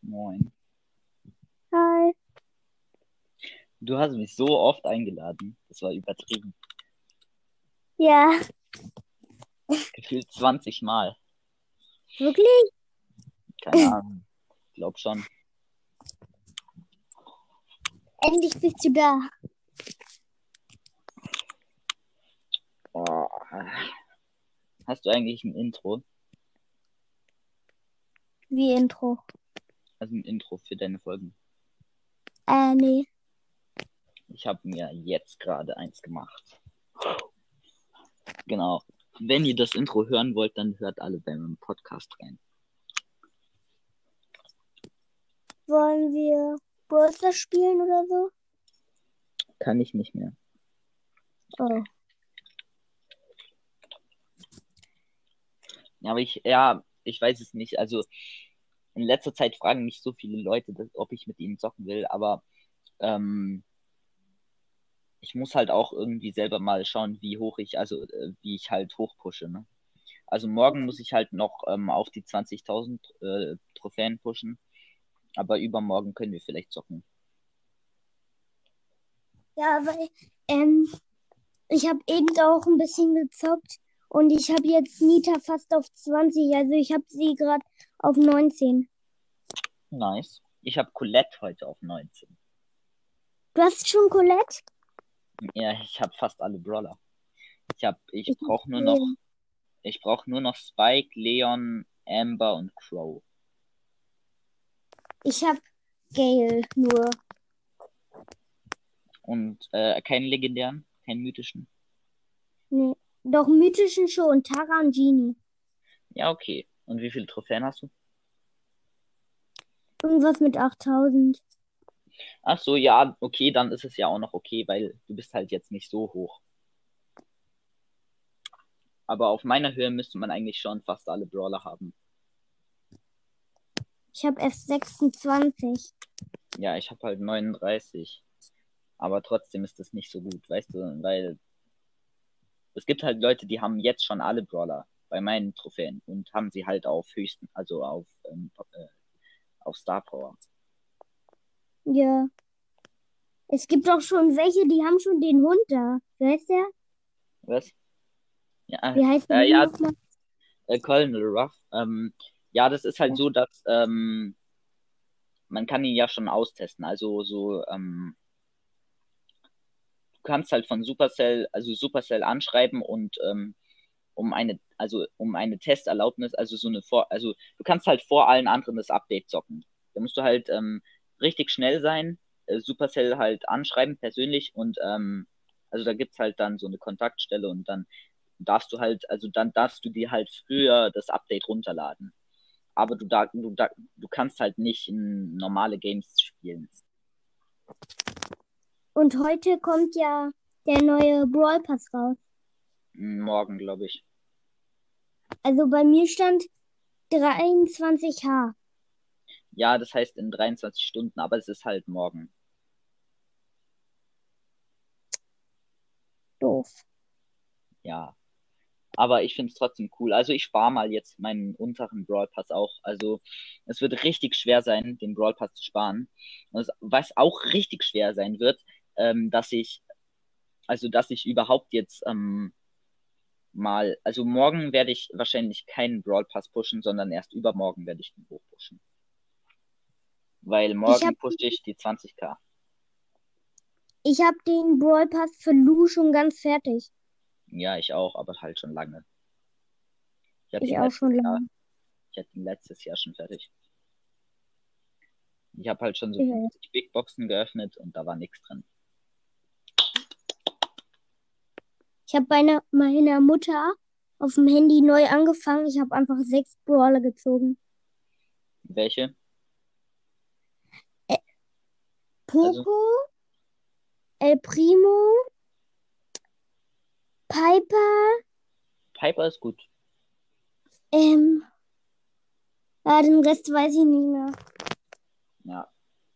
Moin. Hi. Du hast mich so oft eingeladen. Das war übertrieben. Ja, Gefühlt 20 Mal. wirklich? Keine Ahnung. Ich glaube schon. Endlich bist du da. Oh. Hast du eigentlich ein Intro? Wie Intro. Also ein Intro für deine Folgen? Nee. Ich habe mir jetzt gerade eins gemacht. Genau. Wenn ihr das Intro hören wollt, dann hört alle bei meinem Podcast rein. Wollen wir Brawl Stars spielen oder so? Kann ich nicht mehr. Oh. Ja, aber ich weiß es nicht. Also in letzter Zeit fragen mich so viele Leute, ob ich mit ihnen zocken will, aber ähm, ich muss halt auch irgendwie selber mal schauen, wie ich halt hochpushe, ne? Also morgen muss ich halt noch auf die 20.000 Trophäen pushen, aber übermorgen können wir vielleicht zocken. Ja, weil ich habe eben auch ein bisschen gezockt und ich habe jetzt Nita fast auf 20. Also ich habe sie gerade auf 19. Nice. Ich habe Colette heute auf 19. Du hast schon Colette? Ja, ich habe fast alle Brawler. Ich Ich hab brauche nur noch, Leon. ich brauche nur noch Spike, Leon, Amber und Crow. Ich habe Gale nur. Und keinen legendären, keinen mythischen. Nee. Doch mythischen schon. Tara und Genie. Ja, okay. Und wie viele Trophäen hast du? Irgendwas mit 8000. Ach so, ja, okay, dann ist es ja auch noch okay, weil du bist halt jetzt nicht so hoch. Aber auf meiner Höhe müsste man eigentlich schon fast alle Brawler haben. Ich habe erst 26. Ja, ich habe halt 39. Aber trotzdem ist das nicht so gut, weißt du, weil es gibt halt Leute, die haben jetzt schon alle Brawler bei meinen Trophäen und haben sie halt auf höchsten, also auf Star Power. Ja. Es gibt auch schon welche, die haben schon den Hund da. Wer ist der? Was? Ja, Wie heißt der Hund ja, nochmal? Colonel Ruff. Ja, das ist halt so, dass man kann ihn ja schon austesten. Du kannst halt von Supercell anschreiben und um eine Testerlaubnis, also du kannst halt vor allen anderen das Update zocken. Da musst du halt richtig schnell sein, Supercell halt anschreiben persönlich und also da gibt's halt dann so eine Kontaktstelle und dann darfst du dir halt früher das Update runterladen. Aber du kannst halt nicht in normale Games spielen. Und heute kommt ja der neue Brawl Pass raus. Morgen, glaube ich. Also bei mir stand 23H. Ja, das heißt in 23 Stunden, aber es ist halt morgen. Doof. Ja. Aber ich finde es trotzdem cool. Also ich spare mal jetzt meinen unteren Brawl Pass auch. Also es wird richtig schwer sein, den Brawl Pass zu sparen. Was auch richtig schwer sein wird, dass ich überhaupt jetzt also morgen werde ich wahrscheinlich keinen Brawl Pass pushen, sondern erst übermorgen werde ich den hochpushen. Weil Ich morgen habe pushe ich die 20k. ich hab den Brawl Pass für Lou schon ganz fertig. Ja, ich auch, aber halt schon lange. Ich hatte Ich ihn auch letztes schon Jahr, lange. ich hatte ihn letztes Jahr schon fertig. Ich habe halt schon so Ja. 50 Big Boxen geöffnet und da war nichts drin. Ich habe bei meiner Mutter auf dem Handy neu angefangen. Ich habe einfach 6 Brawler gezogen. Welche? Ä- Also, Poco, El Primo, Piper, Piper ist gut. ähm, den Rest weiß ich nicht mehr. Ja.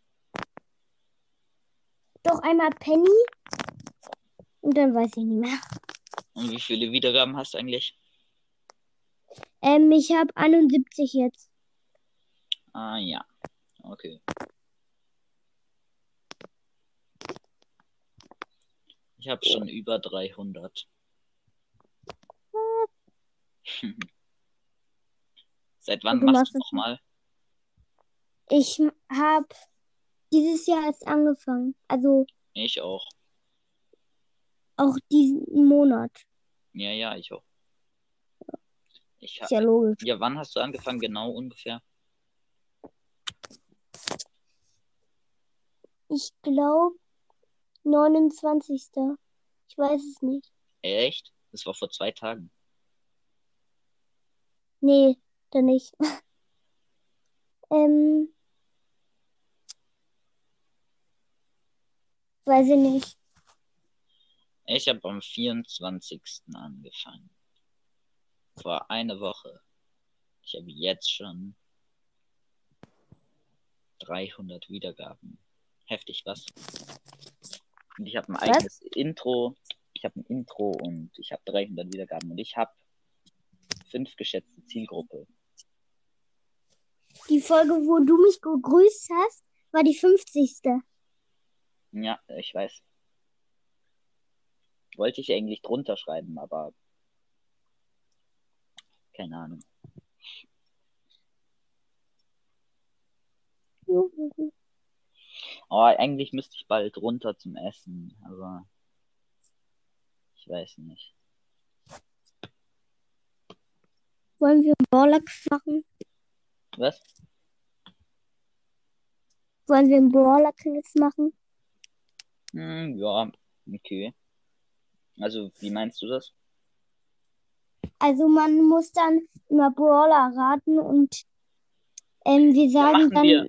Doch einmal Penny und dann weiß ich nicht mehr. Und wie viele Wiedergaben hast du eigentlich? Ich habe 71 jetzt. Ah, ja. Okay. Ich habe schon über 300. Seit wann Und du machst machst du es. nochmal? Ich habe dieses Jahr erst angefangen. Also Ich auch. auch diesen Monat. Ja, ich auch. Ich Ist ja logisch. Ja, wann hast du angefangen? Genau ungefähr. Ich glaube 29. Ich weiß es nicht. Echt? Das war vor 2 Tagen. Nee, dann nicht. Ähm, weiß ich nicht. Ich habe am 24. angefangen. Vor einer Woche. Ich habe jetzt schon 300 Wiedergaben. Heftig, was? Und ich habe ein Was? eigenes Intro. Ich habe ein Intro und ich habe 300 Wiedergaben. Und ich habe 5 geschätzte Zielgruppe. Die Folge, wo du mich gegrüßt hast, war die 50. Ja, ich weiß. Wollte ich eigentlich drunter schreiben, aber keine Ahnung. Oh, eigentlich müsste ich bald runter zum Essen, aber ich weiß nicht. Wollen wir einen Brawler-Quiz machen? Was? Wollen wir einen Brawler-Quiz machen? Ja, okay. Also, wie meinst du das? Also man muss dann immer Brawler raten und wir Ja, sagen dann,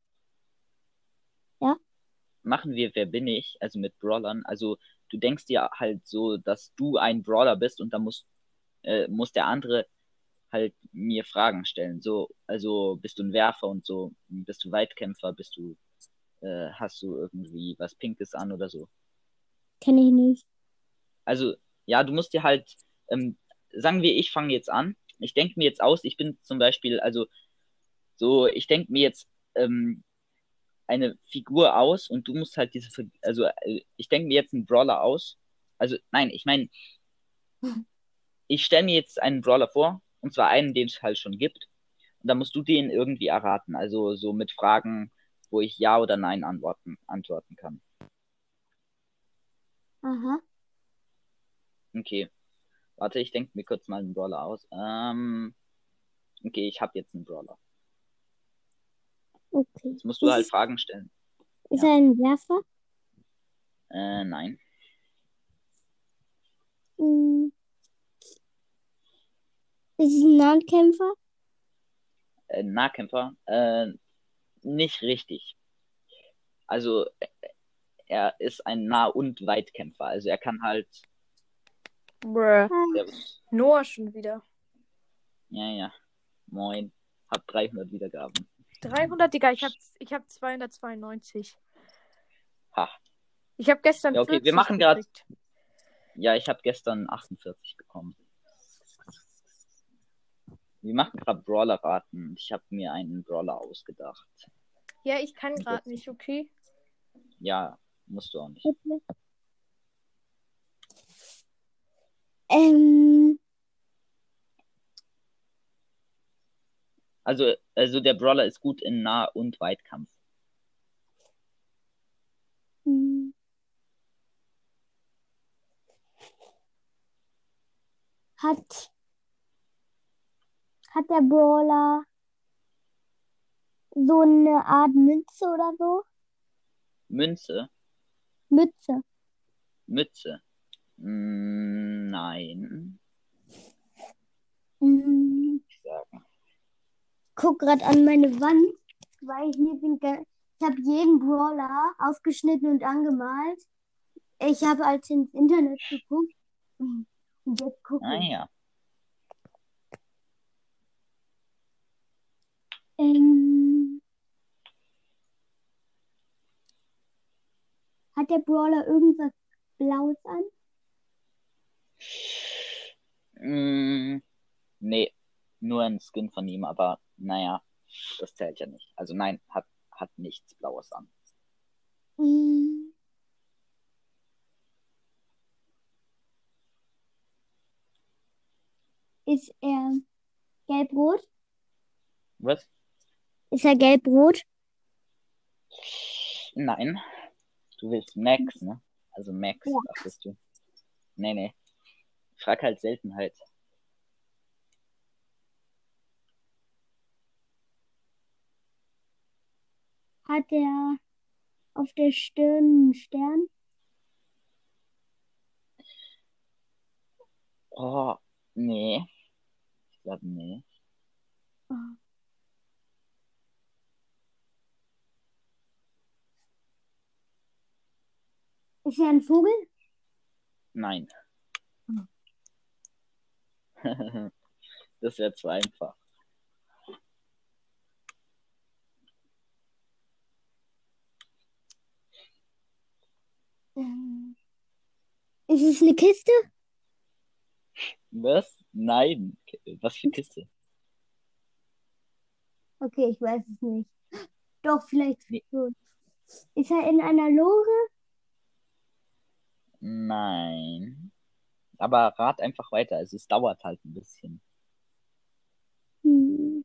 ja, machen wir Wer bin ich? Also mit Brawlern. Also, du denkst dir halt so, dass du ein Brawler bist und dann muss der andere halt mir Fragen stellen. So, also bist du ein Werfer und so, bist du Weitkämpfer, hast du irgendwie was Pinkes an oder so. kenne ich nicht. Also, ja, du musst dir halt, sagen wir, ich fange jetzt an. Ich denke mir jetzt aus, ich bin zum Beispiel, also so, ich denke mir jetzt eine Figur aus und du musst halt ich denke mir jetzt einen Brawler aus. Also, nein, ich meine, ich stelle mir jetzt einen Brawler vor, und zwar einen, den es halt schon gibt. Und dann musst du den irgendwie erraten. Also so mit Fragen, wo ich Ja oder Nein antworten kann. Aha, Okay. Warte, ich denke mir kurz mal einen Brawler aus. Okay, ich habe jetzt einen Brawler. okay. Jetzt musst du halt Fragen stellen. Ist Ja. er ein Werfer? Nein. Hm, ist es ein Nahkämpfer? Nahkämpfer? Nicht richtig. Also er ist ein Nah- und Weitkämpfer. Also er kann halt. Bruh. Ah, Servus. Noah schon wieder. Ja. Moin. Hab 300 Wiedergaben. 300, Digga, ich hab 292. Ha. Ich habe gestern Ja, okay, wir 40 machen gerade. gekriegt. Ja, ich habe gestern 48 bekommen. Wir machen gerade Brawler-Raten. Ich habe mir einen Brawler ausgedacht. Ja, ich kann Und gerade jetzt, nicht, okay? ja, musst du auch nicht. okay. Ähm, Also der Brawler ist gut in Nah- und Weitkampf. hm, hat, hat der Brawler so eine Art Münze oder so? Münze, Mütze. Mütze. Nein, Hm, ich sagen. guck gerade an meine Wand, weil ich habe jeden Brawler aufgeschnitten und angemalt. Ich habe als ins Internet geguckt. Und jetzt gucke Ah ich. ja. Ähm, hat der Brawler irgendwas Blaues an? Mm, nee, nur ein Skin von ihm, aber naja, das zählt ja nicht. Also nein, hat nichts Blaues an. Hm, ist er gelb-rot? Was? Ist er gelb-rot? Nein. Du willst Max, ne? Also Max, Ja. dachtest du. Nee. Ich frag halt Seltenheit. Hat er auf der Stirn einen Stern? Oh, nee. Ich glaube, nee. Oh. Ist er ein Vogel? Nein. Hm. Das wäre zu einfach. Ist es eine Kiste? Was? Nein. Was für Kiste? Okay, ich weiß es nicht. Doch, vielleicht Nee. schon. Ist er in einer Lore? Nein. Aber rat einfach weiter. Also es dauert halt ein bisschen. Hm.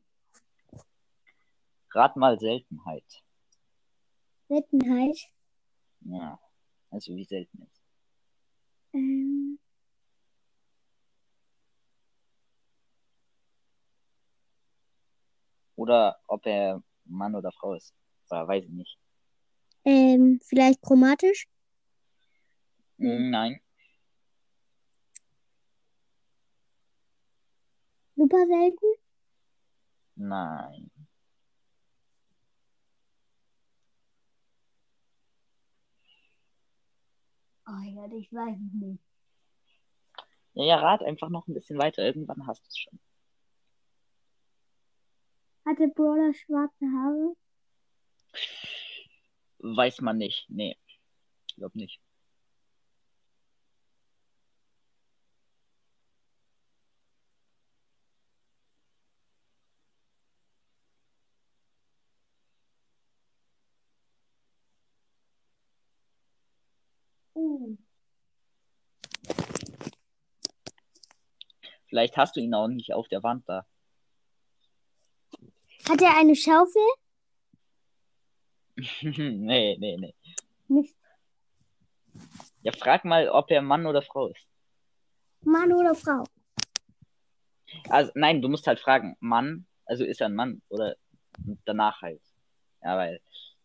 Rat mal Seltenheit. Seltenheit. Ja. Also wie selten ist. Ähm, Oder ob er Mann oder Frau ist. Oder weiß ich nicht. vielleicht chromatisch? Nee. Nein. Super selten? Nein. Oh Gott, ich weiß es nicht. Ja, rat einfach noch ein bisschen weiter. Irgendwann hast du es schon. Hat der Brawler schwarze Haare? Weiß man nicht. Nee, ich glaube nicht. Uh. Vielleicht hast du ihn auch nicht auf der Wand da. Hat er eine Schaufel? Nee. Mist. Ja, frag mal, ob er Mann oder Frau ist. Mann oder Frau? Also, nein, du musst halt fragen, Mann, also ist er ein Mann oder danach halt. Ja, weil,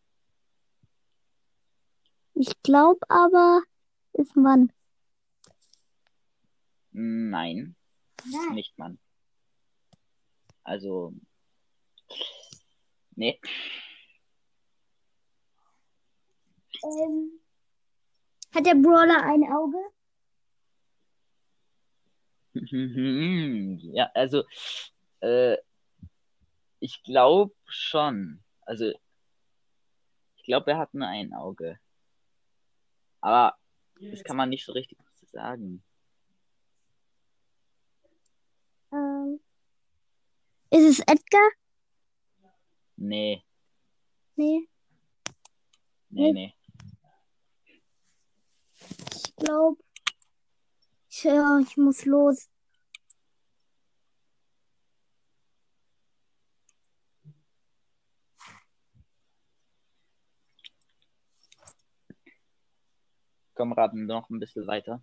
Ich glaube aber, ist ein Mann. nein, Nein. nicht Mann. Also, nee. Hat der Brawler ein Auge? Ja, also, äh, ich glaube schon. Also, ich glaube, er hat nur ein Auge. Aber das kann man nicht so richtig sagen. Ähm, ist es Edgar? Nee, Nee. nee. Ich glaube, ich muss los. Komm, raten wir noch ein bisschen weiter.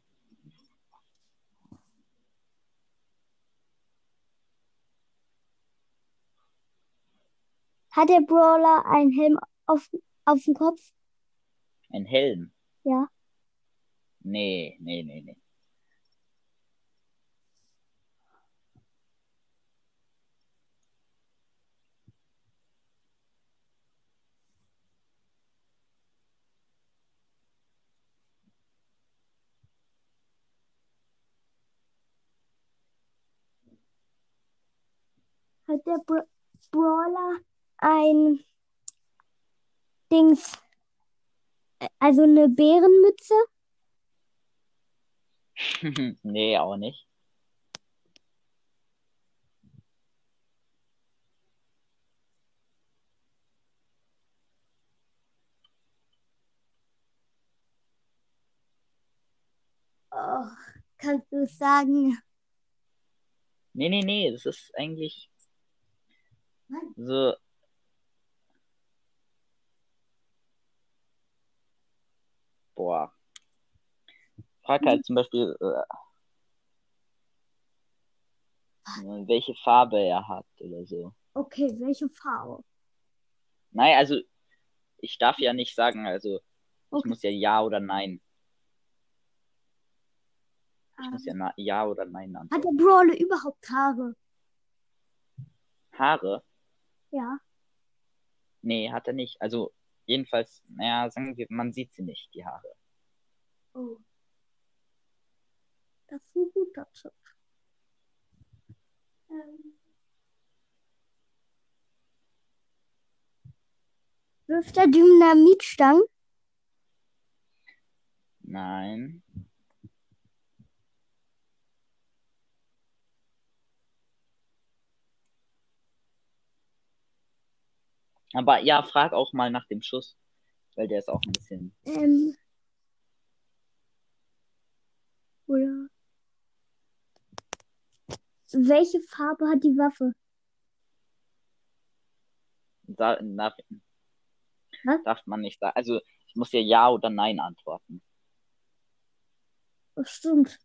Hat der Brawler einen Helm auf dem Kopf? Ein Helm. Ja. Nee. Hat der Brawler ein Dings, also eine Bärenmütze? Nee, auch nicht. Oh, kannst du es sagen? Nee, das ist eigentlich Nein. so. Boah. Frag halt zum Beispiel, welche Farbe er hat oder so. Okay, welche Farbe? Nein, also ich darf ja nicht sagen, also ich Okay. muss ja oder nein. Ich muss ja Ähm, ja oder nein hat der antworten. Brawler überhaupt Haare? Haare? Ja. Nee, hat er nicht. Also jedenfalls, naja, sagen wir, man sieht sie nicht, die Haare. Oh, das ist ein guter Tipp. Ähm, wirft er Dynamitstangen? Nein. Aber ja, frag auch mal nach dem Schuss, weil der ist auch ein bisschen. Ähm, oder welche Farbe hat die Waffe? Da, darf, Was? darf man nicht sagen. Also ich muss ja oder nein antworten. Oh, stimmt.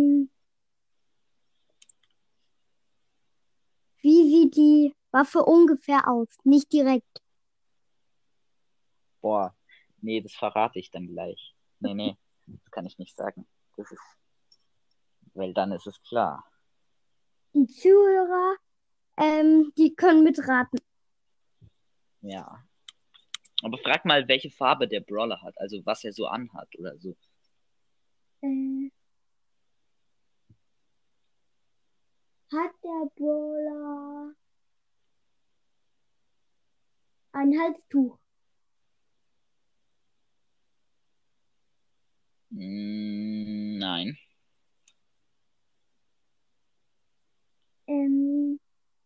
Wie sieht die Waffe ungefähr aus? Nicht direkt. Boah, nee, das verrate ich dann gleich. Nee, das kann ich nicht sagen. Das ist, weil dann ist es klar. Die Zuhörer, die können mitraten. Ja. Aber frag mal, welche Farbe der Brawler hat, also was er so anhat oder so. Äh, hat der Brawler ein Halstuch? Nein. Ähm,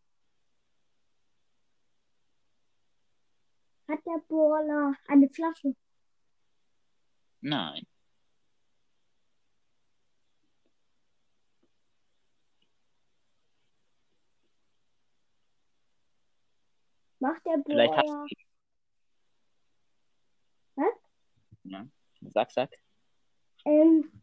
hat der Brawler eine Flasche? Nein. Macht der Vielleicht hast Brawler was? du, ne? Sag. Ähm,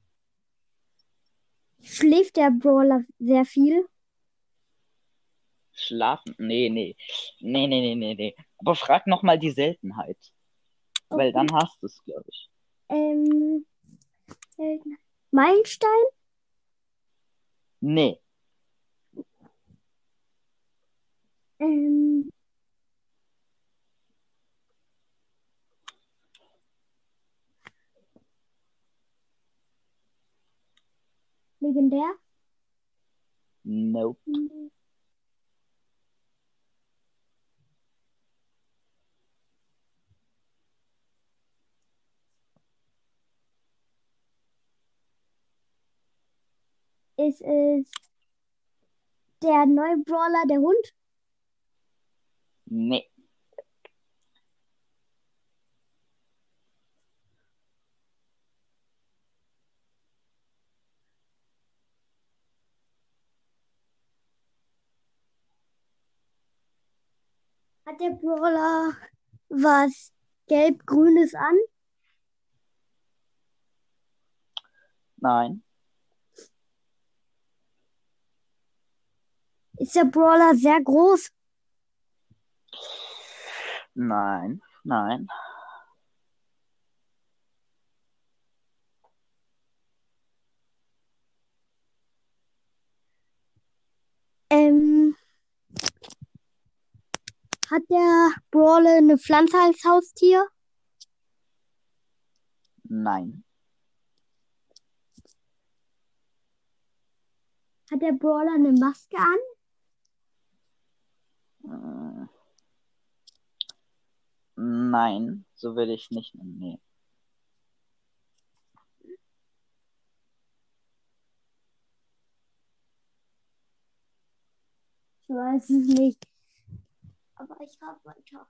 schläft der Brawler sehr viel? Schlafen? Nee. Aber frag noch mal die Seltenheit, weil Okay. dann hast du es, glaube ich. Ähm, Meilenstein? Nee. Ähm, legendär? Nope. Ist es der neue Brawler, der Hund? Nee. Hat der Brawler was Gelb-Grünes an? Nein. Ist der Brawler sehr groß? Nein. Ähm, hat der Brawler eine Pflanze als Haustier? Nein. Hat der Brawler eine Maske an? Äh, Nein, so will ich nicht. Nee. Ich weiß es nicht. Aber ich rate weiter.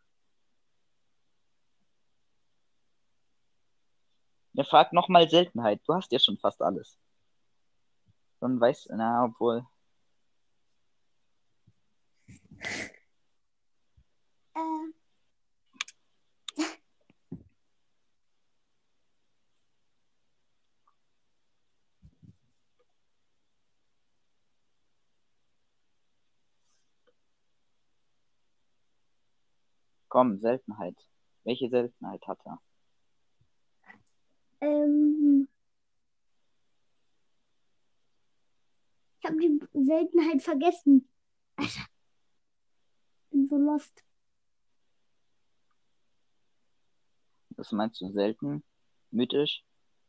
Ja, frag noch mal Seltenheit. Du hast ja schon fast alles. Dann weiß, na, obwohl. Äh, Komm, Seltenheit. Welche Seltenheit hat er? ähm, ich habe die Seltenheit vergessen. Alter, bin so lost. Was meinst du, selten? Mythisch?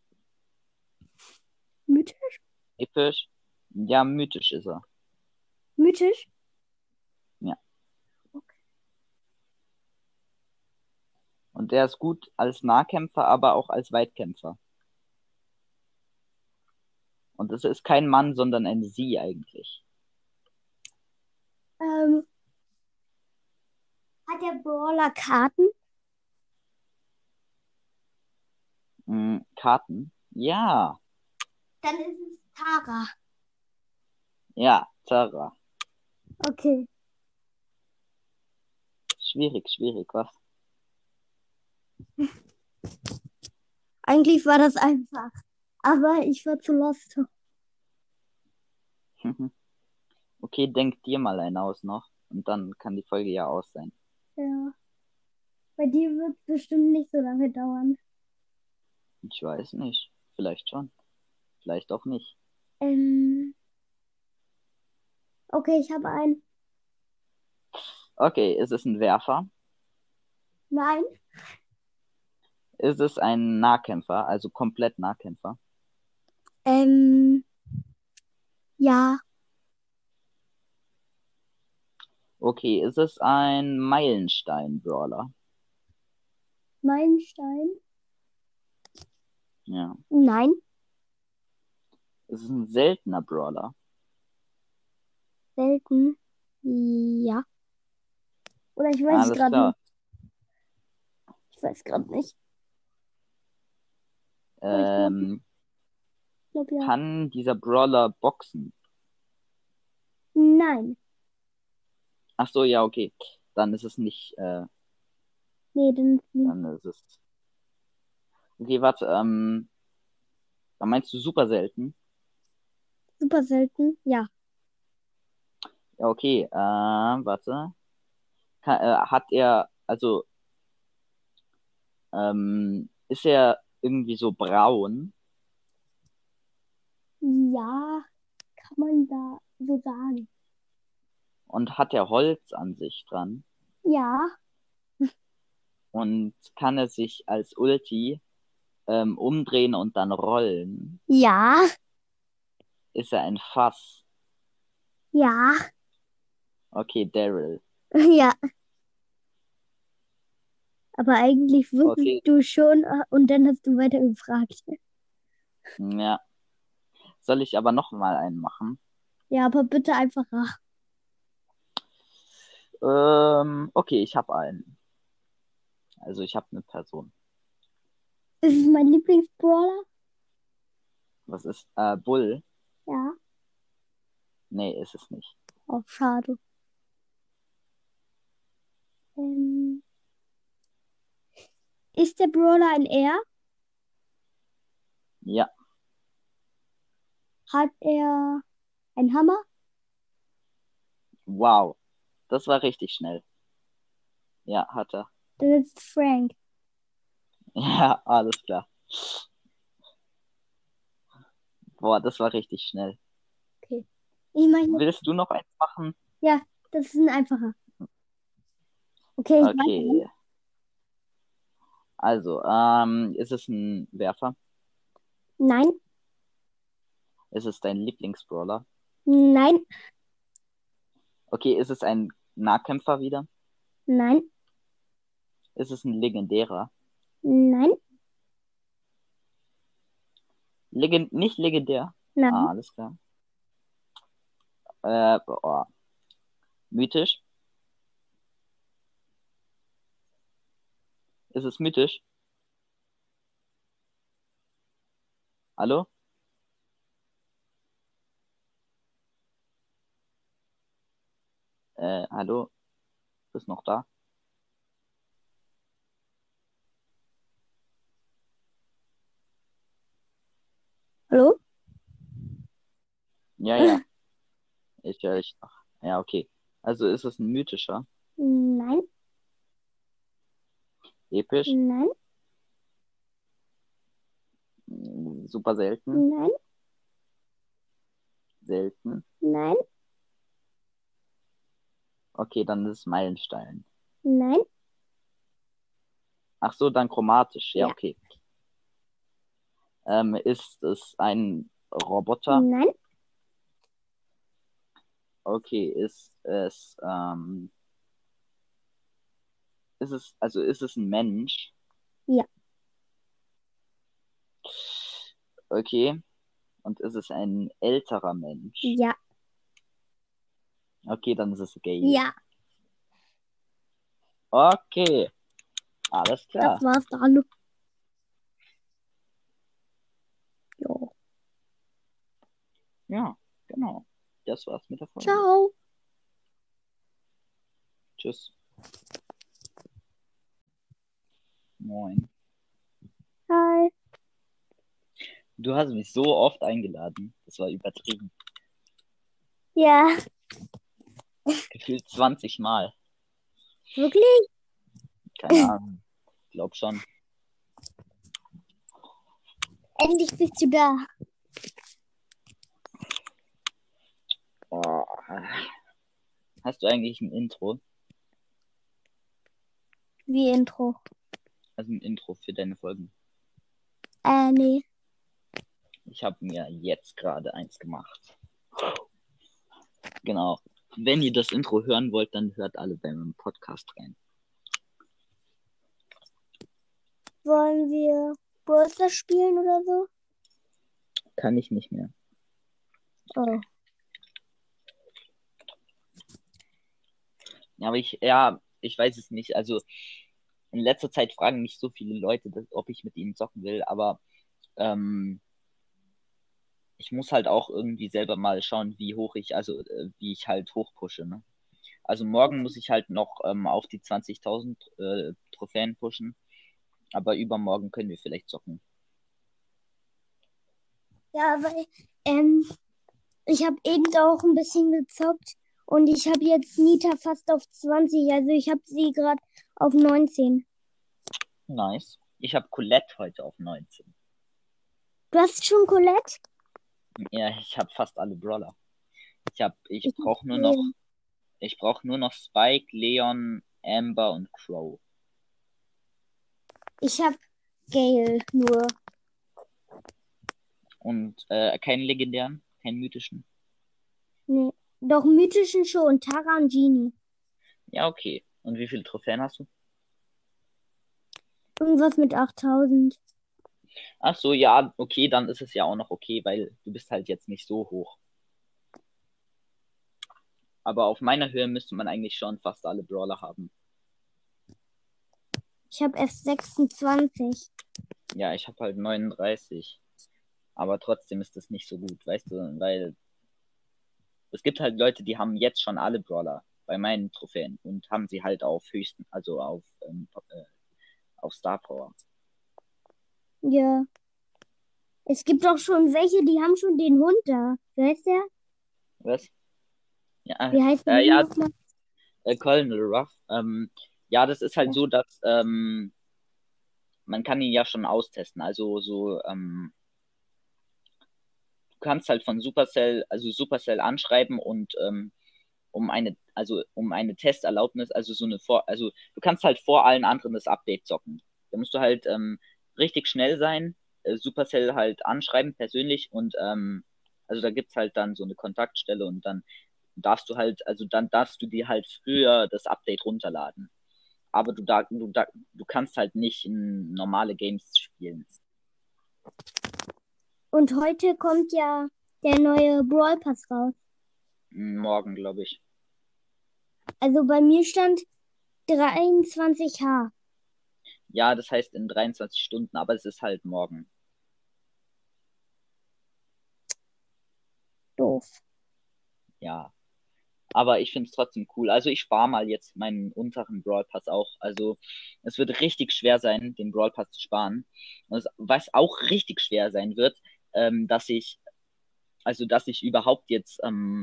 Mythisch? Episch? Ja, mythisch ist er. Mythisch? Ja. Okay. Und der ist gut als Nahkämpfer, aber auch als Weitkämpfer. Und es ist kein Mann, sondern ein Sie eigentlich. Ähm, hat der Brawler Karten? Karten? Ja. Dann ist es Tara. Ja, Tara. Okay. Schwierig, was? Eigentlich war das einfach. Aber ich war zu lost. Okay, denk dir mal einen aus noch. Und dann kann die Folge ja aus sein. Ja. Bei dir wird es bestimmt nicht so lange dauern. Ich weiß nicht. Vielleicht schon. Vielleicht auch nicht. Ähm, okay, ich habe einen. Okay, ist es ein Werfer? Nein, Ist es ein Nahkämpfer? Also komplett Nahkämpfer? ähm, ja, Okay, ist es ein Meilenstein-Brawler? Meilenstein. Ja. Nein, Ist es ein seltener Brawler? selten. Ja. Oder ich weiß es Alles gerade klar. nicht. Ich weiß gerade nicht. Aber Ähm, glaub ja. kann dieser Brawler boxen? Nein. Ach so, ja, okay. Dann ist es nicht, Nee, dann dann ist es. Okay, warte, dann meinst du super selten? super selten. Ja. Ja, okay, warte. Hat er, also, ist er irgendwie so braun Ja, kann man da so sagen. und hat er Holz an sich dran? Ja, Und kann er sich als Ulti, umdrehen und dann rollen? ja, Ist er ein Fass? ja, Okay, Daryl. ja. Aber eigentlich wusstest Okay, du schon und dann hast du weiter gefragt. ja. Soll ich aber noch mal einen machen? Ja, aber bitte einfacher. Okay, ich habe einen. Also ich habe eine Person. Ist es mein Lieblingsbrawler? Was ist, Bull? Ja. Nee, ist es nicht. Oh, schade. Ähm, ist der Brawler ein R? Ja, Hat er einen Hammer? wow. Das war richtig schnell. Ja, hat er. Dann ist es Frank. Ja, alles klar. Boah, das war richtig schnell. Okay. Ich meine, Willst du noch eins machen? ja, das ist ein einfacher. Okay, ich weiß Okay. nicht. Also, ist es ein Werfer? Nein, Ist es dein Lieblingsbrawler? nein, Okay, ist es ein Nahkämpfer wieder? nein, Ist es ein legendärer? nein, Nicht legendär? nein. Ah, alles klar. Oh. Mythisch? Ist es mythisch? Hallo? Hallo, bist noch da? Hallo? Ja, ich höre dich noch. Ja, okay. Also ist es ein mythischer, Nein, episch, nein, super selten, nein, selten. nein, Okay, dann ist es Meilenstein. nein, Ach so, dann chromatisch. Ja, ja, okay. Ist es ein Roboter? nein, Okay, ist es ein Mensch? ja, Okay. Und ist es ein älterer Mensch? ja, Okay, dann ist es Gale. ja. Okay, alles Das klar. war's dann. Jo. Ja, genau. Das war's mit der Folge. Ciao. Tschüss. Moin. Hi. Du hast mich so oft eingeladen. Das war übertrieben. Ja, Gefühlt 20 Mal. wirklich? Keine Ahnung. Ich glaube schon. Endlich bist du da. Oh. Hast du eigentlich ein Intro? Wie Intro. Also ein Intro für deine Folgen? Nee. Ich habe mir jetzt gerade eins gemacht. Genau. Wenn ihr das Intro hören wollt, dann hört alle bei meinem Podcast rein. Wollen wir Brawl Stars spielen oder so? Kann ich nicht mehr. Oh. Ja, aber ich weiß es nicht. Also in letzter Zeit fragen mich so viele Leute, ob ich mit ihnen zocken will, aber ähm, ich muss halt auch irgendwie selber mal schauen, wie ich halt hochpushe, ne? Also morgen muss ich halt noch auf die 20.000 Trophäen pushen, aber übermorgen können wir vielleicht zocken. Ja, weil ich habe eben auch ein bisschen gezockt und ich habe jetzt Nita fast auf 20. Also ich habe sie gerade auf 19. Nice. Ich habe Colette heute auf 19. Du hast schon Colette? Ja, ich habe fast alle Brawler. Ich hab Gale. Ich brauche nur noch Spike, Leon, Amber und Crow. Ich habe Gale nur. Und keinen legendären, keinen mythischen. Nee. Doch mythischen schon. Tara und Genie. Ja, okay. Und wie viele Trophäen hast du? Irgendwas mit 8000. Ach so, ja, okay, dann ist es ja auch noch okay, weil du bist halt jetzt nicht so hoch. Aber auf meiner Höhe müsste man eigentlich schon fast alle Brawler haben. Ich habe erst 26. Ja, ich habe halt 39. Aber trotzdem ist das nicht so gut, weißt du, weil es gibt halt Leute, die haben jetzt schon alle Brawler bei meinen Trophäen und haben sie halt auf höchsten, also auf Star Power. Ja. Es gibt auch schon welche, die haben schon den Hund da. Wie heißt der? Was? Ja, Wie heißt der Hund ja, nochmal? Colonel Ruff. Ja, das ist halt Ja. so, dass man kann ihn ja schon austesten. Du kannst halt von Supercell anschreiben und um eine Testerlaubnis, also du kannst halt vor allen anderen das Update zocken. Da musst du halt richtig schnell sein, Supercell halt anschreiben persönlich und also da gibt's halt dann so eine Kontaktstelle und dann darfst du dir halt früher das Update runterladen. Aber du kannst halt nicht in normale Games spielen. Und heute kommt ja der neue Brawl Pass raus. Morgen, glaube ich. Also bei mir stand 23H. Ja, das heißt in 23 Stunden, aber es ist halt morgen. Doof. Ja. Aber ich finde es trotzdem cool. Also ich spare mal jetzt meinen unteren Brawl Pass auch. Also es wird richtig schwer sein, den Brawl Pass zu sparen. Was auch richtig schwer sein wird, dass ich überhaupt jetzt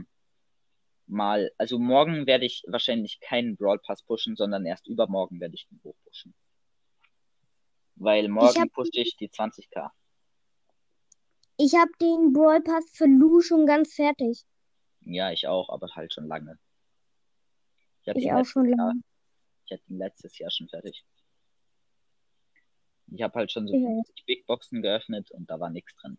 also morgen werde ich wahrscheinlich keinen Brawl Pass pushen, sondern erst übermorgen werde ich den hochpushen. Weil Ich morgen habe pushe ich die 20k. ich hab den Brawl Pass für Lou schon ganz fertig. Ja, ich auch, aber halt schon lange. Ich hatte Ich ihn auch letztes schon Jahr, lange. ich hatte ihn letztes Jahr schon fertig. Ich habe halt schon so Ja. 50 Big Boxen geöffnet und da war nichts drin.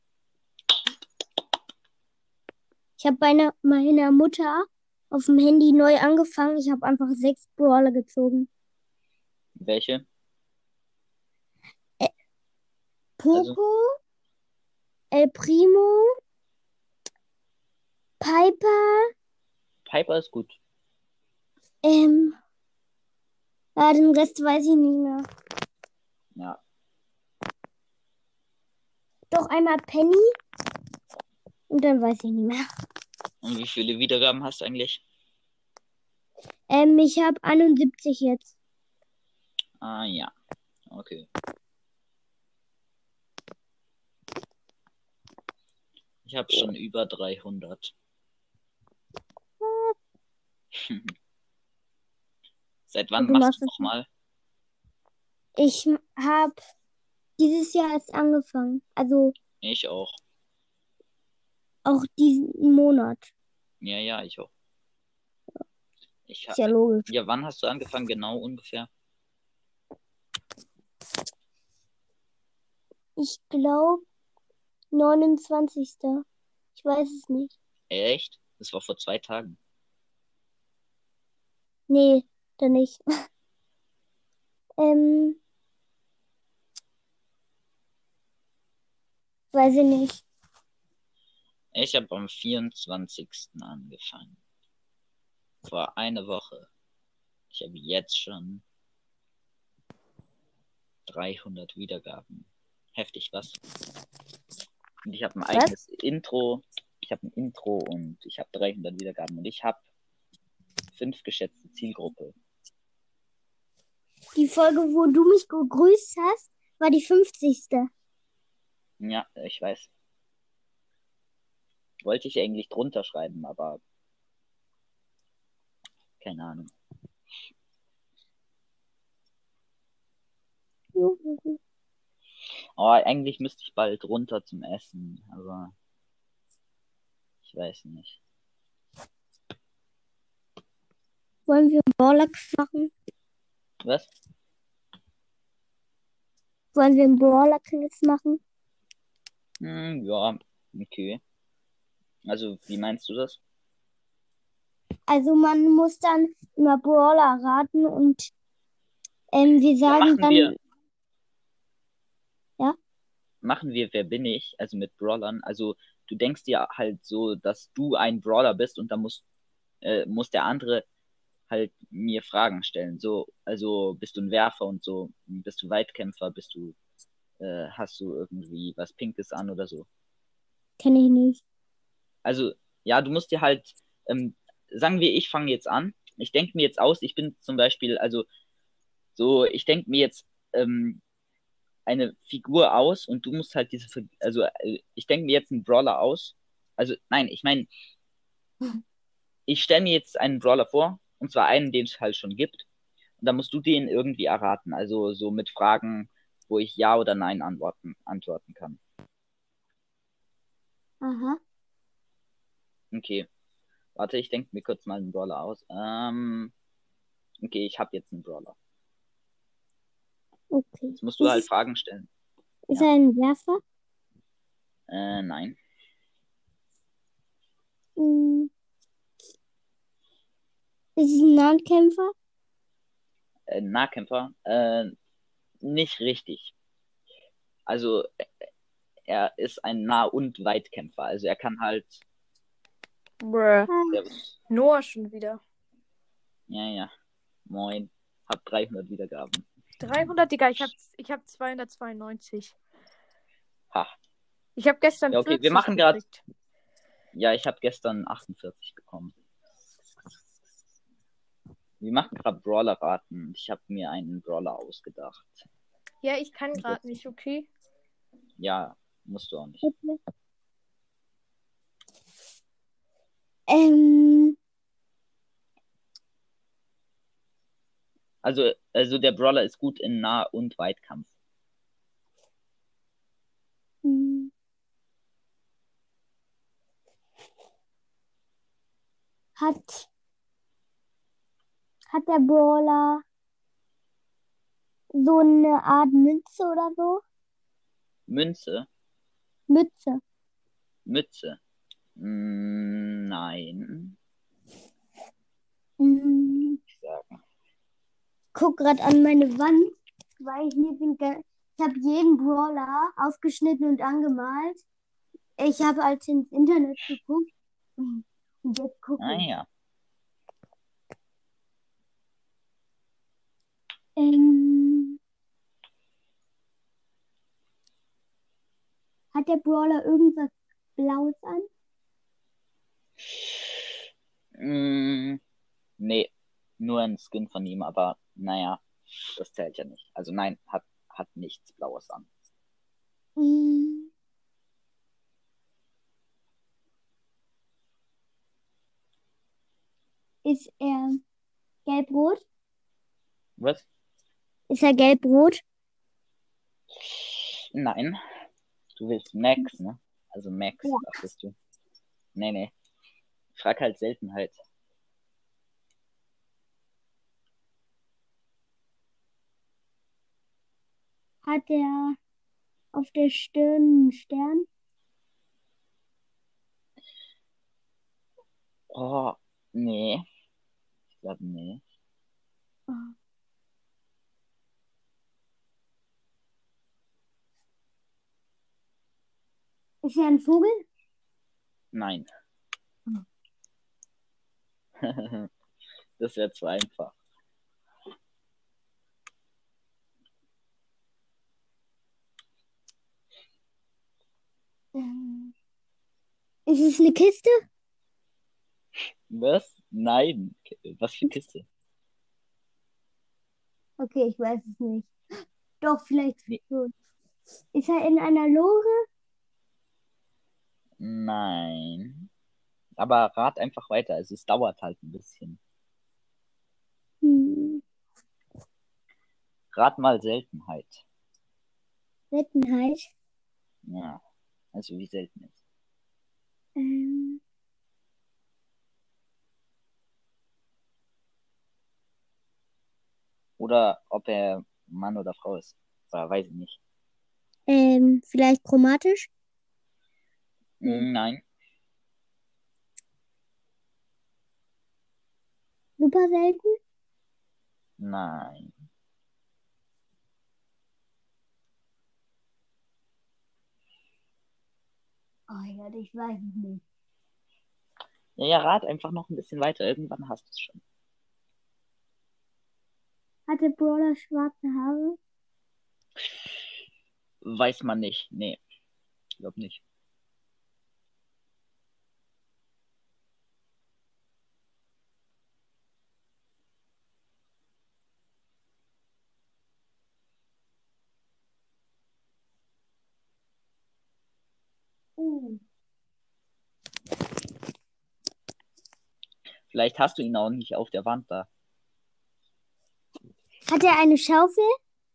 Ich habe bei meiner Mutter auf dem Handy neu angefangen. Ich habe einfach 6 Brawler gezogen. Welche? Äh, Also, Poco, El Primo, Piper, Piper ist gut. ähm, den Rest weiß ich nicht mehr. Ja. Doch einmal Penny und dann weiß ich nicht mehr. Und wie viele Wiedergaben hast du eigentlich? Ich habe 71 jetzt. Ah, ja. Okay. Ich habe schon über 300. Seit wann Und du machst machst du das schon? nochmal? Ich habe dieses Jahr erst angefangen. Also Ich auch. auch diesen Monat. Ja, ja, ich auch. Ist ja logisch. Ja, wann hast du angefangen? Genau ungefähr. Ich glaube 29. Ich weiß es nicht. Echt? Das war vor 2 Tagen. Nee, dann nicht. Ähm, weiß ich nicht. Ich habe am 24. angefangen. Vor einer Woche. Ich habe jetzt schon 300 Wiedergaben. Heftig, was? Und ich habe ein eigenes Intro. Ich habe ein Intro und ich habe 300 Wiedergaben. Und ich habe 5 geschätzte Zielgruppe. Die Folge, wo du mich gegrüßt hast, war die 50. Ja, ich weiß. Wollte ich eigentlich drunter schreiben, aber keine Ahnung. Aber eigentlich müsste ich bald runter zum Essen, aber ich weiß nicht. Wollen wir einen Brawler-Quiz machen? Was? Wollen wir einen Brawler-Quiz machen? Ja, okay. Also, wie meinst du das? Also man muss dann immer Brawler raten und wir sagen dann, ja, Machen wir Wer bin ich? Also mit Brawlern. Also, du denkst dir halt so, dass du ein Brawler bist und dann muss der andere halt mir Fragen stellen. So, also bist du ein Werfer und so, bist du Weitkämpfer, hast du irgendwie was Pinkes an oder so. kenne ich nicht. Also, ja, du musst dir halt, sagen wir, ich fange jetzt an. Ich denke mir jetzt aus, ich bin zum Beispiel, also so, ich denke mir jetzt eine Figur aus und du musst halt ich denke mir jetzt einen Brawler aus. Also, nein, ich meine, ich stelle mir jetzt einen Brawler vor, und zwar einen, den es halt schon gibt. Und dann musst du den irgendwie erraten. Also so mit Fragen, wo ich Ja oder Nein antworten kann. Aha. Okay. Warte, ich denke mir kurz mal einen Brawler aus. Okay, ich habe jetzt einen Brawler. Okay. Jetzt musst du halt Fragen stellen. Ist Ja. er ein Werfer? Nein. Ist es ein Nahkämpfer? Nahkämpfer? Nicht richtig. Also, er ist ein Nah- und Weitkämpfer. Also, er kann halt. Bruh. Servus. Noah schon wieder. Ja, ja. Moin. Hab 300 Wiedergaben. 300, Digga, ich hab 292. Ha. Ich habe gestern Ja, okay, 40 wir machen gerade. gekriegt. Ja, ich habe gestern 48 bekommen. Wir machen gerade Brawler raten. Ich habe mir einen Brawler ausgedacht. Ja, ich kann gerade nicht, okay? Ja, musst du auch nicht. Okay. Ähm, Also der Brawler ist gut in Nah- und Weitkampf. hm, hat der Brawler so eine Art Münze oder so? Münze? Mütze. Mütze? Nein. Hm, Ich sagen. guck gerade an meine Wand, weil ich habe jeden Brawler aufgeschnitten und angemalt. Ich habe als ins Internet geguckt. Und jetzt gucke Ah ich. ja. Ähm, hat der Brawler irgendwas Blaues an? Nee, nur ein Skin von ihm, aber naja, das zählt ja nicht. Also nein, hat nichts Blaues an. Hm, ist er gelb-rot? Was? Ist er gelb-rot? Nein, du willst Max, ne? Also Max, Ja. dachtest du. Nee. Frag halt Seltenheit. Hat er auf der Stirn einen Stern? Oh, nee. Ich glaube, nee. Oh. Ist er ein Vogel? Nein. Hm. Das wäre zu einfach. Ähm, ist es eine Kiste? Was? Nein. Was für Kiste? Okay, ich weiß es nicht. Doch, vielleicht Nee. schon. Ist er in einer Lore? Nein. Aber rat einfach weiter. Also es dauert halt ein bisschen. Hm, Rat mal Seltenheit. Seltenheit. Ja. Also wie selten ist. Ähm, Oder ob er Mann oder Frau ist. Oder weiß ich nicht. vielleicht chromatisch? Nee. Nein. Super selten? Nein. Oh Gott, ich weiß es nicht. Ja, rat einfach noch ein bisschen weiter. Irgendwann hast du es schon. Hat der Brawler schwarze Haare? Weiß man nicht. Nee, glaub nicht. Uh. Vielleicht hast du ihn auch nicht auf der Wand da. Hat er eine Schaufel?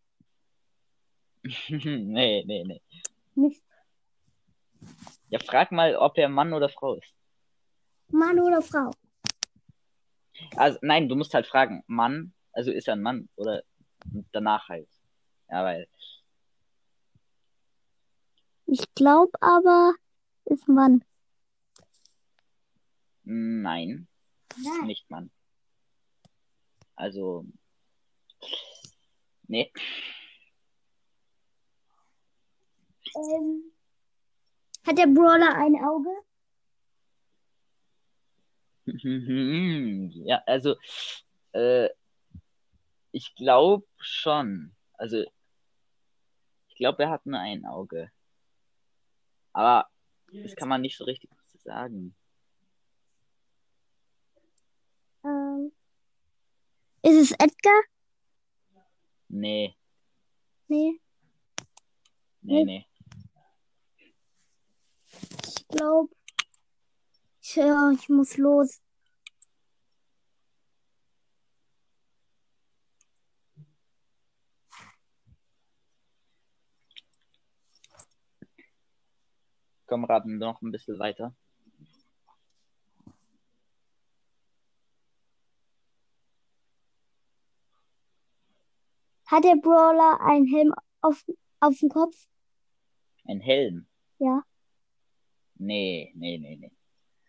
Nee. Mist. Ja, frag mal, ob er Mann oder Frau ist. Mann oder Frau? Also, nein, du musst halt fragen, Mann, also ist er ein Mann oder danach halt. Ja, weil, Ich glaube aber, ist Mann. nein, ist Nein. nicht Mann. Also, nee. Hat der Brawler ein Auge? Ja, also, äh, ich glaube schon. Also, ich glaube, er hat nur ein Auge. Aber das kann man nicht so richtig sagen. Ähm, Ist es Edgar? Nee, Nee. nee, nee. Ich glaube, ich muss los. Komm, raten noch ein bisschen weiter. Hat der Brawler einen Helm auf dem Kopf? Ein Helm? Ja. Nee, nee, nee, nee.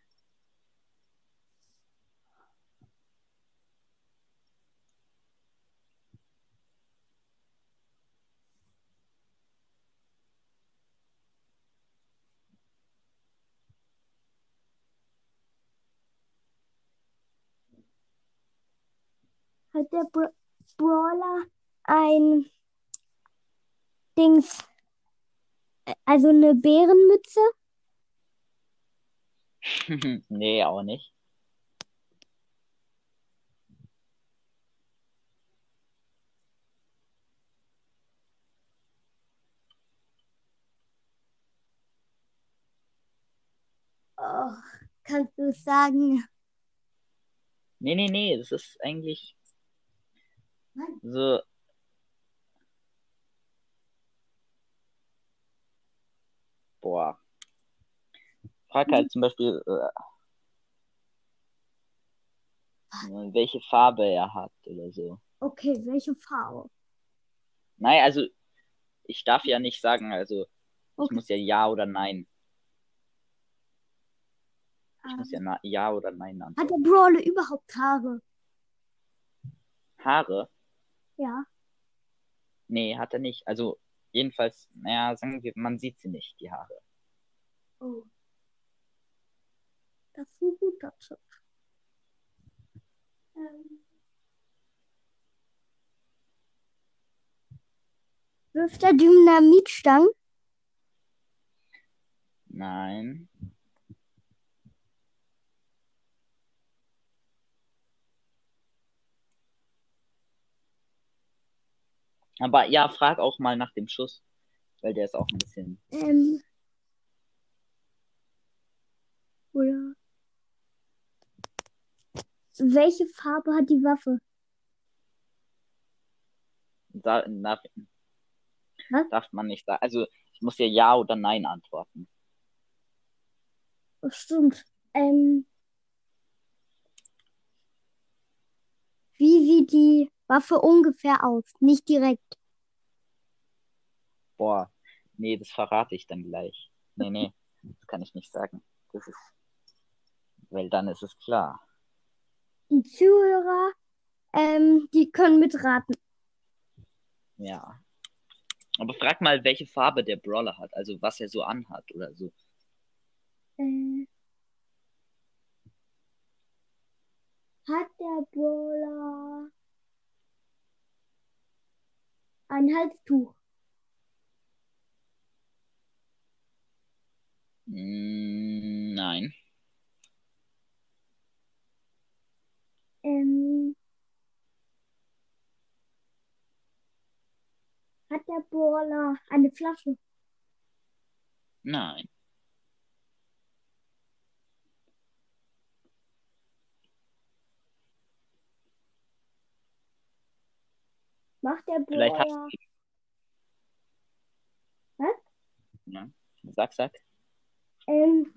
Hat der Brawler ein Dings, also eine Bärenmütze? Nee, auch nicht. Oh, kannst du es sagen? Nee, nee, nee, das ist eigentlich Nein. so, boah. Frag halt zum Beispiel, welche Farbe er hat oder so. Okay, welche Farbe? Nein, also ich darf ja nicht sagen, also ich Okay. muss ja Ja oder Nein. Ich muss ja Ähm, Ja oder Nein Hat der antworten. Brawler überhaupt Haare? Haare? Ja. Nee, hat er nicht. Also jedenfalls, naja, sagen wir, man sieht sie nicht, die Haare. Oh, das ist ein guter Tipp. Ähm, Wirft er Dynamitstangen? Nein. Aber ja, frag auch mal nach dem Schuss, weil der ist auch ein bisschen. Ähm, oder welche Farbe hat die Waffe? Darf, Was? darf man nicht sagen. Also ich muss ja oder Nein antworten. Oh, stimmt. Wie sieht die Waffe ungefähr aus? Nicht direkt. Boah, nee, das verrate ich dann gleich. Nee, nee, das kann ich nicht sagen. Das ist, weil dann ist es klar. Die Zuhörer, die können mitraten. Ja. Aber frag mal, welche Farbe der Brawler hat, also was er so anhat oder so. Äh, Hat der Brawler ein Halstuch? Nein. Ähm, Hat der Brawler eine Flasche? Nein. Macht der Vielleicht hat. Brawler, was? Ja. Sag. Ähm,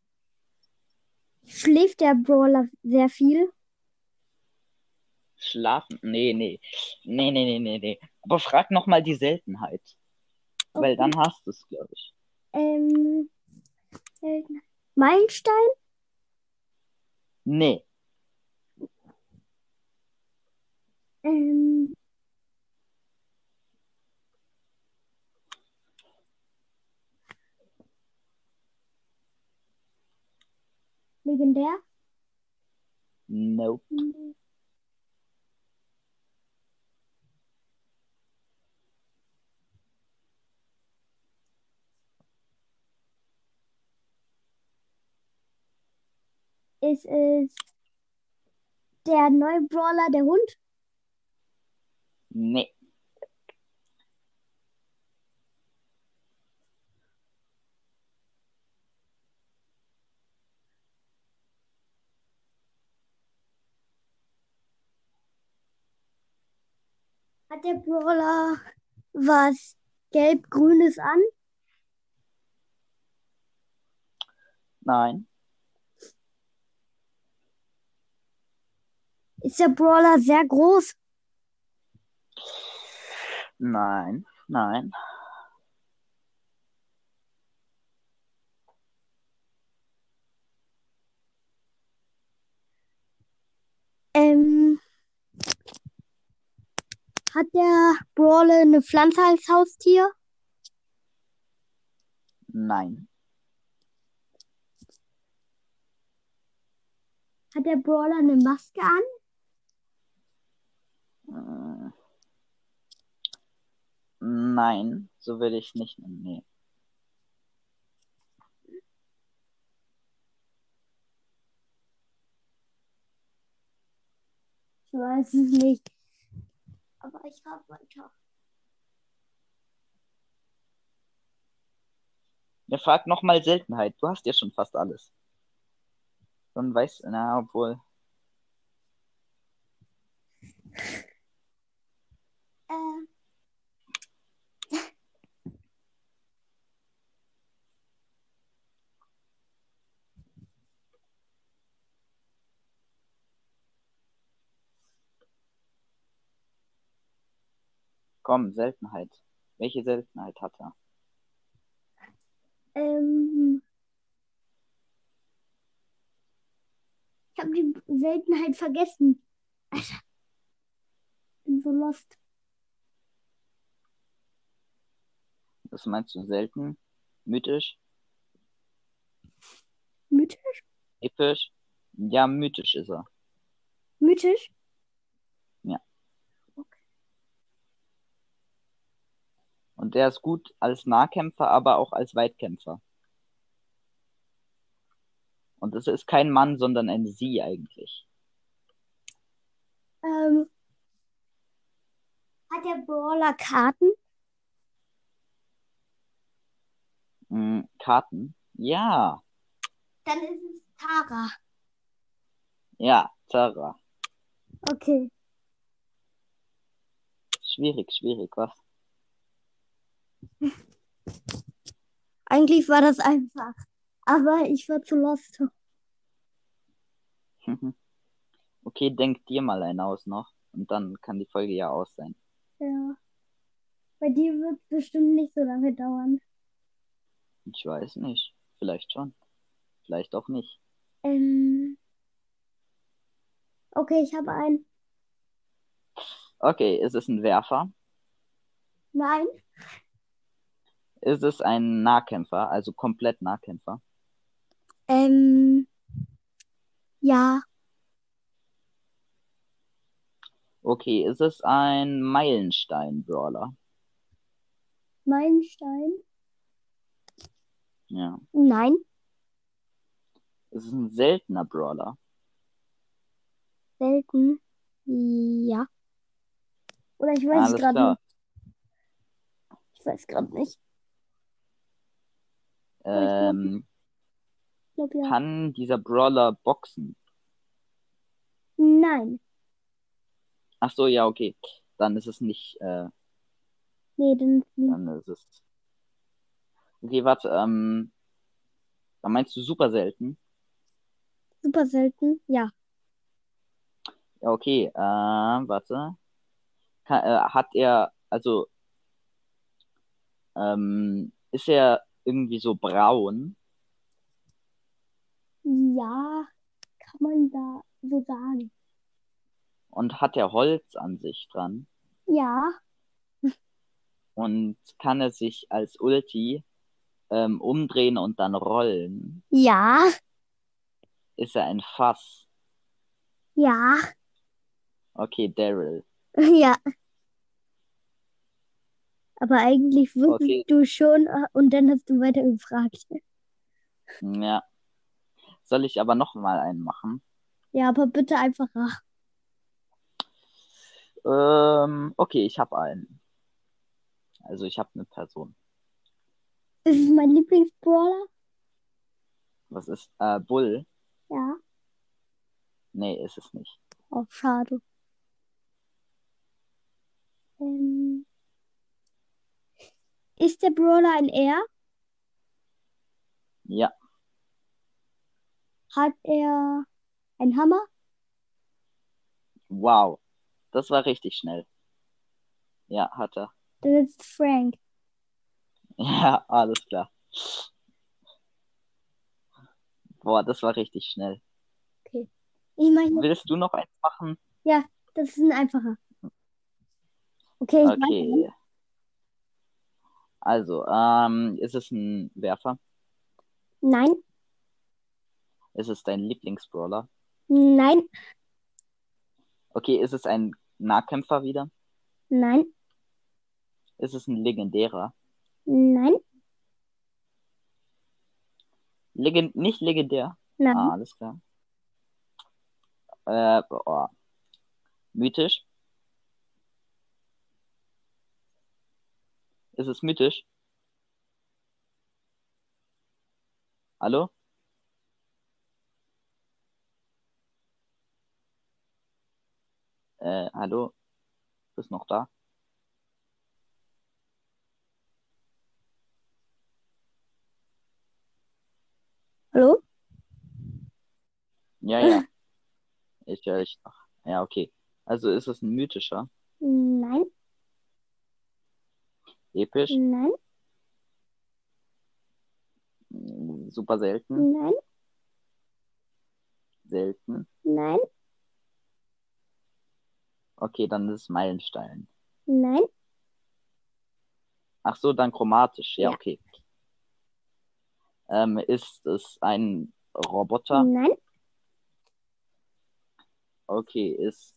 Schläft der Brawler sehr viel? Schlafen? Nee, nee. Nee, nee, nee, nee, nee. Aber frag nochmal die Seltenheit. Weil Okay. dann hast du es, glaube ich. Ähm, Meilenstein? Nee. Ähm, Legendär? Nope. Ist es der neue Brawler, der Hund? Nee. Hat der Brawler was Gelb-Grünes an? Nein. Ist der Brawler sehr groß? Nein. Nein. Ähm, Hat der Brawler eine Pflanze als Haustier? Nein. Hat der Brawler eine Maske an? Äh, Nein. So will ich es nicht nennen. Nee. Ich weiß es nicht. Aber ich rate weiter. Ja, frag nochmal Seltenheit. Du hast ja schon fast alles. Dann weißt du, na, obwohl. Äh, Komm, Seltenheit. Welche Seltenheit hat er? ähm, Ich habe die Seltenheit vergessen. Alter, bin so lost. Was meinst du? Selten? Mythisch? Mythisch? Episch? Ja, mythisch ist er. Mythisch? Ja. Okay. Und der ist gut als Nahkämpfer, aber auch als Weitkämpfer. Und es ist kein Mann, sondern ein Sie eigentlich. Ähm, Hat der Brawler Karten? Karten? Ja. Dann ist es Tara. Ja, Zara. Okay. Schwierig, schwierig, was? Eigentlich war das einfach. Aber ich war zu lost. Okay, denk dir mal einen aus noch. Und dann kann die Folge ja aus sein. Ja. Bei dir wird es bestimmt nicht so lange dauern. Ich weiß nicht. Vielleicht schon. Vielleicht auch nicht. Ähm, okay, ich habe einen. Okay, ist es ein Werfer? Nein, Ist es ein Nahkämpfer, also komplett Nahkämpfer? ähm, ja, Okay, ist es ein Meilenstein-Brawler? Meilenstein. Ja. Nein, Ist es ein seltener Brawler? selten. Ja. Oder ich weiß es Alles gerade nicht. klar. Ich weiß gerade nicht. Aber ich Ähm, glaub, ja. kann dieser Brawler boxen? Nein. Ach so, ja, okay. Dann ist es nicht, Nee, dann ist nicht dann ist es. Okay, warte, dann meinst du super selten? super selten. Ja. Ja, okay, warte. Hat er, also, ist er irgendwie so braun Ja, kann man da so sagen. und hat er Holz an sich dran? Ja, Und kann er sich als Ulti, umdrehen und dann rollen? ja, Ist er ein Fass? ja, Okay, Daryl. ja. Aber eigentlich wusstest Okay, du schon und dann hast du weiter gefragt. ja. Soll ich aber noch mal einen machen? Ja, aber bitte einfacher. Okay, ich habe einen. Also ich habe eine Person. Ist es mein Lieblingsbrawler? Was ist? Bull? Ja. Nee, ist es nicht. Oh, schade. Ähm, ist der Brawler ein R? Ja, Hat er einen Hammer? wow. Das war richtig schnell. Ja, hat er. Das ist Frank. Ja, alles klar. Boah, das war richtig schnell. Okay. Ich meine, Willst du noch eins machen? ja, das ist ein einfacher. Okay, ich weiß. Okay. Also, ist es ein Werfer? Nein, Ist es dein Lieblingsbrawler? nein, Okay, ist es ein Nahkämpfer wieder? nein, Ist es ein legendärer? nein, Nicht legendär? nein, Ah, alles klar. Boah. Mythisch? Ist es mythisch? Hallo? Hallo? Bist noch da? hallo? Ja, ja. Ich höre dich noch. Ja, okay. Also ist es ein mythischer? Nein, Episch? nein, Super selten? nein, Selten? nein, Okay, dann ist es Meilenstein. nein, Ach so, dann chromatisch. Ja, ja, okay. Ist es ein Roboter? nein, Okay,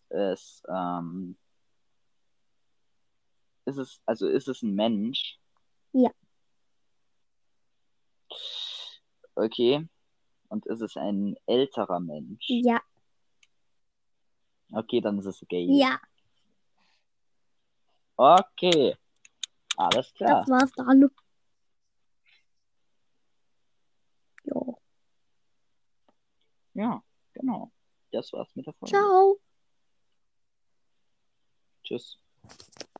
ist es ein Mensch? ja, Okay. Und ist es ein älterer Mensch? ja, Okay, dann ist es gay. ja. Okay, alles Das klar. war's dann. Jo. Ja, genau. Das war's mit der Folge. Ciao. Tschüss.